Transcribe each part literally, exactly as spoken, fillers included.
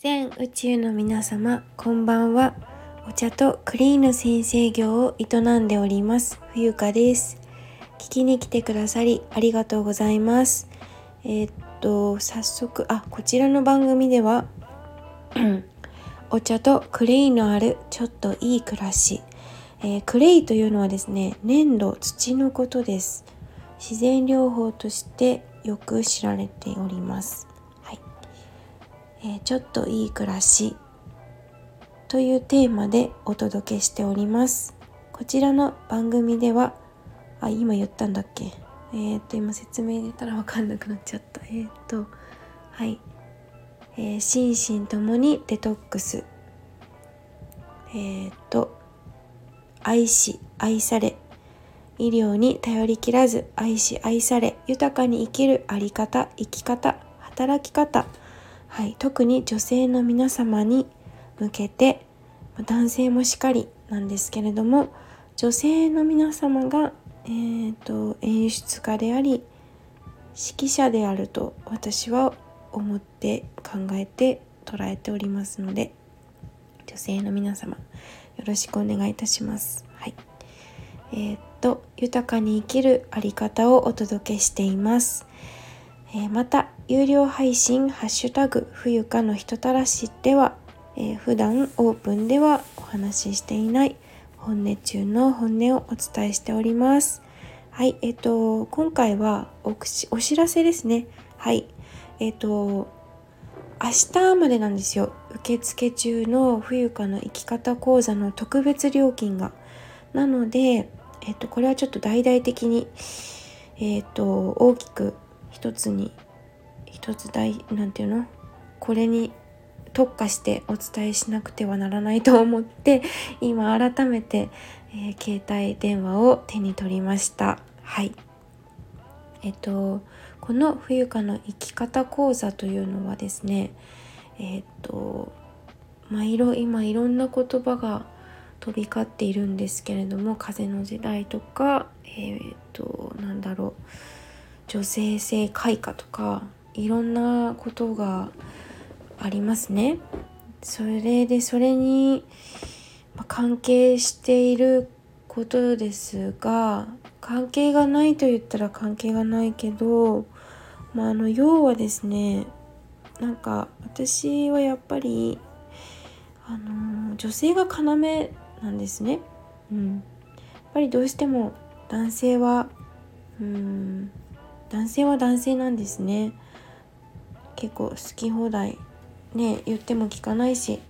全宇宙の皆様、こんばんは。お茶とクリーンの先生業を営んでおります冬香です。聞きに来てくださりありがとうございます。えー、っと早速あこちらの番組ではお茶とクレイのあるちょっといい暮らし、えー、クレイというのはですね、粘土、土のことです。自然療法としてよく知られております。はい、えー、ちょっといい暮らしというテーマでお届けしております。こちらの番組ではあ今言ったんだっけえー、っと今説明入れたら分かんなくなっちゃったえー、っとはい、えー、心身ともにデトックス、えー、っと愛し愛され、医療に頼り切らず愛し愛され、豊かに生きるあり方、生き方、働き方、はい、特に女性の皆様に向けて、男性もしかりなんですけれども、女性の皆様が、えー、と演出家であり指揮者であると私は思って考えて捉えておりますので、女性の皆様よろしくお願いいたします。はい、えー、と豊かに生きるあり方をお届けしています。えー、また有料配信ハッシュタグ冬香の人たらしでは、えー、普段オープンではお話ししていない本音中の本音をお伝えしております。はい、えっ、ー、と今回は お, お知らせですね。はい、えっ、ー、と明日までなんですよ。受付中の冬香の生き方講座の特別料金が。なので、えっ、ー、とこれはちょっと大々的に、えっ、と大きく一つに一つ大なんていうのこれに特化してお伝えしなくてはならないと思って今改めて、えー、携帯電話を手に取りました。はい、えっとこの冬香の生き方講座というのはですね、えっとまあいろ今いろんな言葉が飛び交っているんですけれども、風の時代とか、えっとなんだろう女性性開花とかいろんなことがありますね。それでそれに関係していることですが、関係がないと言ったら関係がないけど、まあ、あの要はですね、なんか私はやっぱりあの女性が要なんですね。うん、やっぱりどうしても男性はうん男性は男性なんですね。結構好き放題ね言っても聞かないし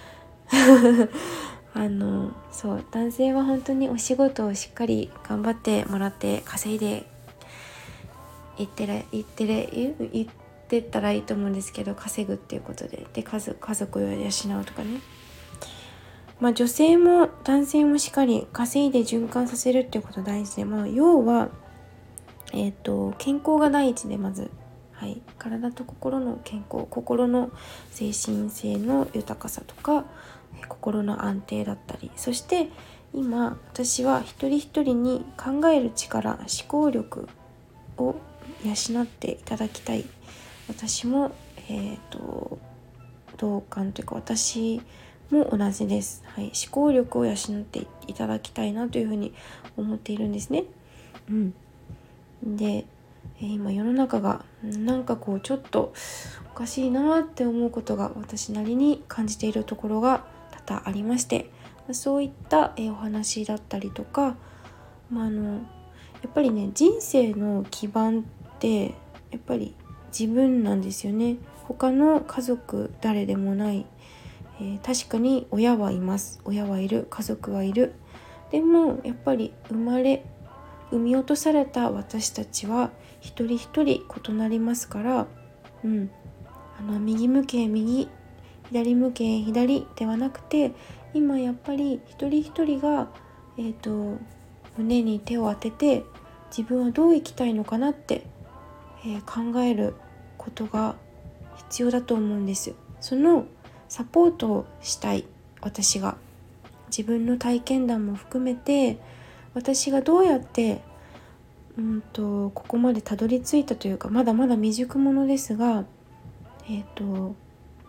あのそう男性は本当にお仕事をしっかり頑張ってもらって稼いでいってれいってれいってったらいいと思うんですけど、稼ぐっていうことでで家族家族を養うとかね、まあ女性も男性もしっかり稼いで循環させるっていうこと大事で、まあ要はえっと健康が第一でまず、はい、体と心の健康、心の精神性の豊かさとか心の安定だったり、そして今私は一人一人に考える力、思考力を養っていただきたい。私もえっと同感というか私も同じです。はい、思考力を養っていただきたいなというふうに思っているんですね。うん。で、今世の中がなんかこうちょっとおかしいなって思うことが私なりに感じているところが多々ありまして、そういったお話だったりとか、まあ、あのやっぱりね人生の基盤ってやっぱり自分なんですよね。他の家族誰でもない、えー、確かに親はいます、親はいる、家族はいる。でもやっぱり生まれ産み落とされた私たちは一人一人異なりますから、うん、あの右向け右、左向け左ではなくて、今やっぱり一人一人が、えーと、胸に手を当てて自分はどう生きたいのかなって、えー、考えることが必要だと思うんです。そのサポートをしたい私が、自分の体験談も含めて私がどうやってうんとここまでたどり着いたというか、まだまだ未熟者ですが、えーと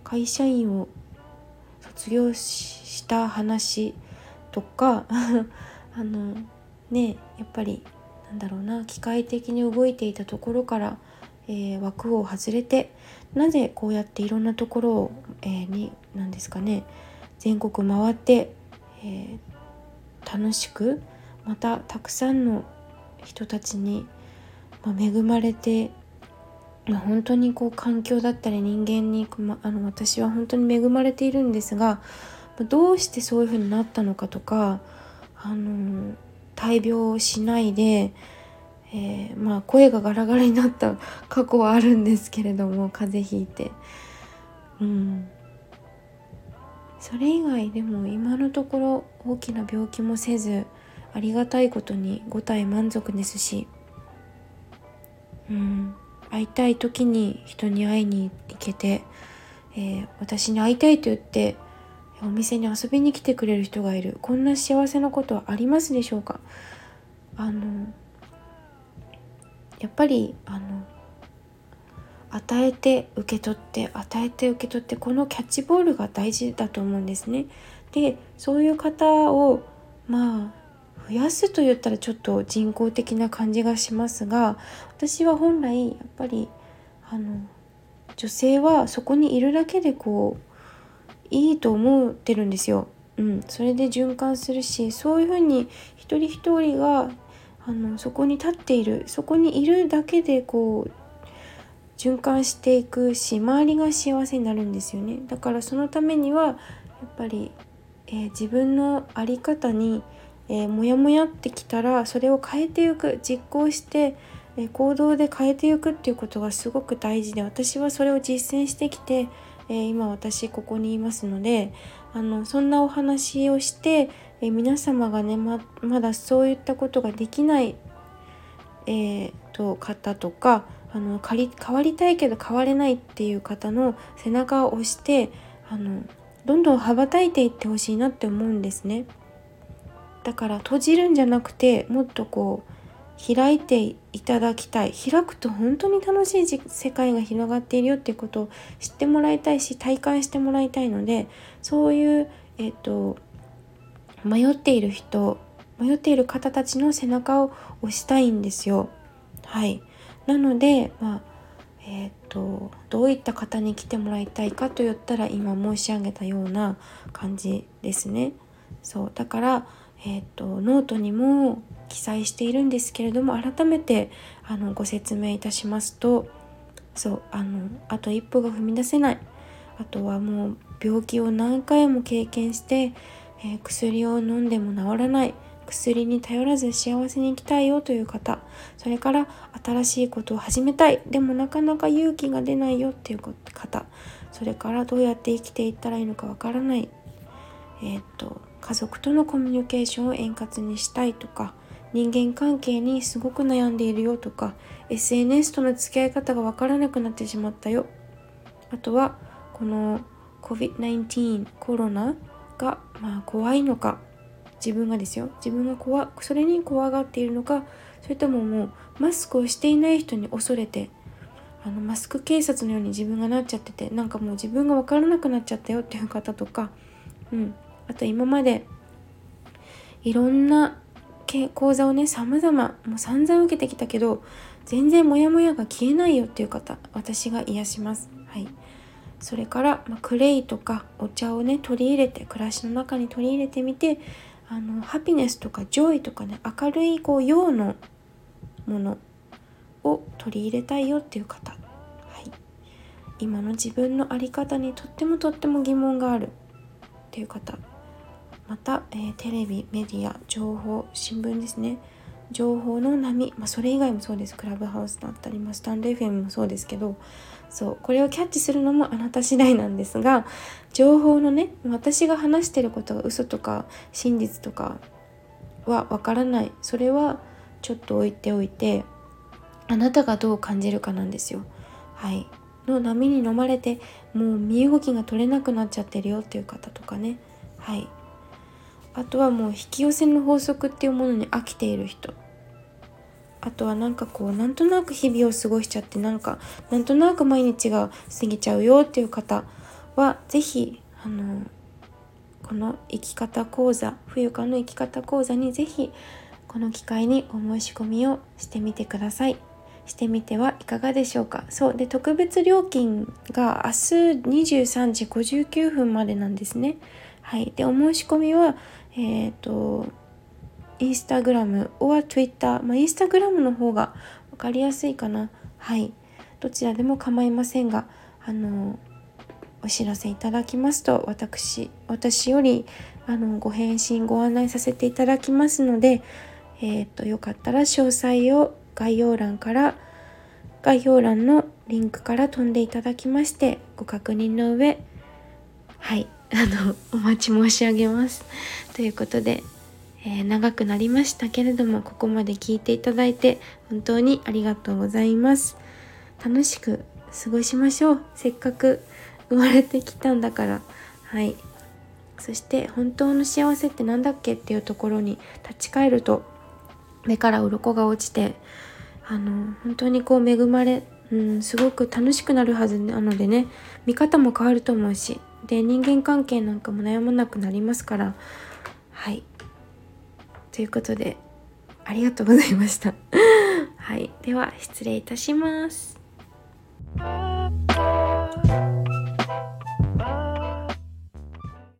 会社員を卒業した話とかあのねやっぱりなんだろうな機械的に動いていたところから、えー、枠を外れてなぜこうやっていろんなところを、えー、に何ですかね全国回って、えー、楽しくまたたくさんの人たちに、まあ、恵まれて、まあ、本当にこう環境だったり人間に、まあ、あの私は本当に恵まれているんですが、どうしてそういう風になったのかとか、あの大病しないで、えー、まあ声がガラガラになった過去はあるんですけれども、風邪ひいて、うん、それ以外でも今のところ大きな病気もせず、ありがたいことにご体満足ですし、うん、会いたい時に人に会いに行けて、えー、私に会いたいと言ってお店に遊びに来てくれる人がいる、こんな幸せなことはありますでしょうか。あのやっぱりあの与えて受け取って与えて受け取って、このキャッチボールが大事だと思うんですね。でそういう方をまあ増やすと言ったらちょっと人工的な感じがしますが、私は本来やっぱりあの女性はそこにいるだけでこういいと思ってるんですよ。うん、それで循環するし、そういうふうに一人一人があのそこに立っている、そこにいるだけでこう循環していくし、周りが幸せになるんですよね。だからそのためにはやっぱり、えー、自分の在り方に、えー、モヤモヤってきたらそれを変えていく、実行して、えー、行動で変えていくっていうことがすごく大事で、私はそれを実践してきて、えー、今私ここにいますので、あのそんなお話をして、えー、皆様がね ま, まだそういったことができない、えー、と方とか、あの変わりたいけど変われないっていう方の背中を押して、あのどんどん羽ばたいていってほしいなって思うんですね。だから閉じるんじゃなくて、もっとこう開いていただきたい。開くと本当に楽しい世界が広がっているよっていうことを知ってもらいたいし、体感してもらいたいので、そういう、えっと、迷っている人迷っている方たちの背中を押したいんですよ。はい。なので、まあえー、とどういった方に来てもらいたいかと言ったら、今申し上げたような感じですね。そうだから、えー、とノートにも記載しているんですけれども、改めてあのご説明いたしますと、そうあのあと一歩が踏み出せない、あとはもう病気を何回も経験して、えー、薬を飲んでも治らない、薬に頼らず幸せに生きたいよという方、それから新しいことを始めたい、でもなかなか勇気が出ないよっていう方、それからどうやって生きていったらいいのかわからない、えー、っと家族とのコミュニケーションを円滑にしたいとか、人間関係にすごく悩んでいるよとか、 エスエヌエス との付き合い方がわからなくなってしまったよ、あとはこの コビッドナインティーン コロナがまあ怖いのか、自分がですよ自分が怖それに怖がっているのか、それとももうマスクをしていない人に恐れて、あのマスク警察のように自分がなっちゃってて、なんかもう自分が分からなくなっちゃったよっていう方とか、うん、あと今までいろんな講座をね様々もう散々受けてきたけど全然モヤモヤが消えないよっていう方、私が癒します。はい。それから、まあ、クレイとかお茶をね取り入れて、暮らしの中に取り入れてみて、あのハピネスとかジョイとかね、明るいこう陽のものを取り入れたいよっていう方、はい、今の自分の在り方にとってもとっても疑問があるっていう方、また、えー、テレビ、メディア、情報、新聞ですね、情報の波、まあ、それ以外もそうです。クラブハウスだったり、まあ、スタンド エフエム もそうですけど、そうこれをキャッチするのもあなた次第なんですが、情報のね、私が話していることが嘘とか真実とかはわからない、それはちょっと置いておいて、あなたがどう感じるかなんですよ。はいの波に飲まれてもう身動きが取れなくなっちゃってるよっていう方とかね、はい。あとはもう引き寄せの法則っていうものに飽きている人、あとはなんかこうなんとなく日々を過ごしちゃって、なんかなんとなく毎日が過ぎちゃうよっていう方、 はぜひあのこの生き方講座、冬香の生き方講座にぜひこの機会にお申し込みをしてみてください。してみてはいかがでしょうか。そうで、特別料金が明日にじゅうさんじごじゅうきゅうふんまでなんですね。はい。で、お申し込みはえっとインスタグラム or Twitter、まあ、インスタグラムの方が分かりやすいかな。はい。どちらでも構いませんが、あのお知らせいただきますと、私私よりあのご返信ご案内させていただきますので、えっとよかったら詳細を概要欄から概要欄のリンクから飛んでいただきましてご確認の上、はいあのお待ち申し上げますということで、えー、長くなりましたけれども、ここまで聞いていただいて本当にありがとうございます。楽しく過ごしましょう。せっかく生まれてきたんだから。はい。そして本当の幸せってなんだっけっていうところに立ち返ると、目から鱗が落ちて、あの本当にこう恵まれ、うん、すごく楽しくなるはずなのでね、見方も変わると思うし、で人間関係なんかも悩まなくなりますから。はい。ということでありがとうございました。はい。では失礼いたします。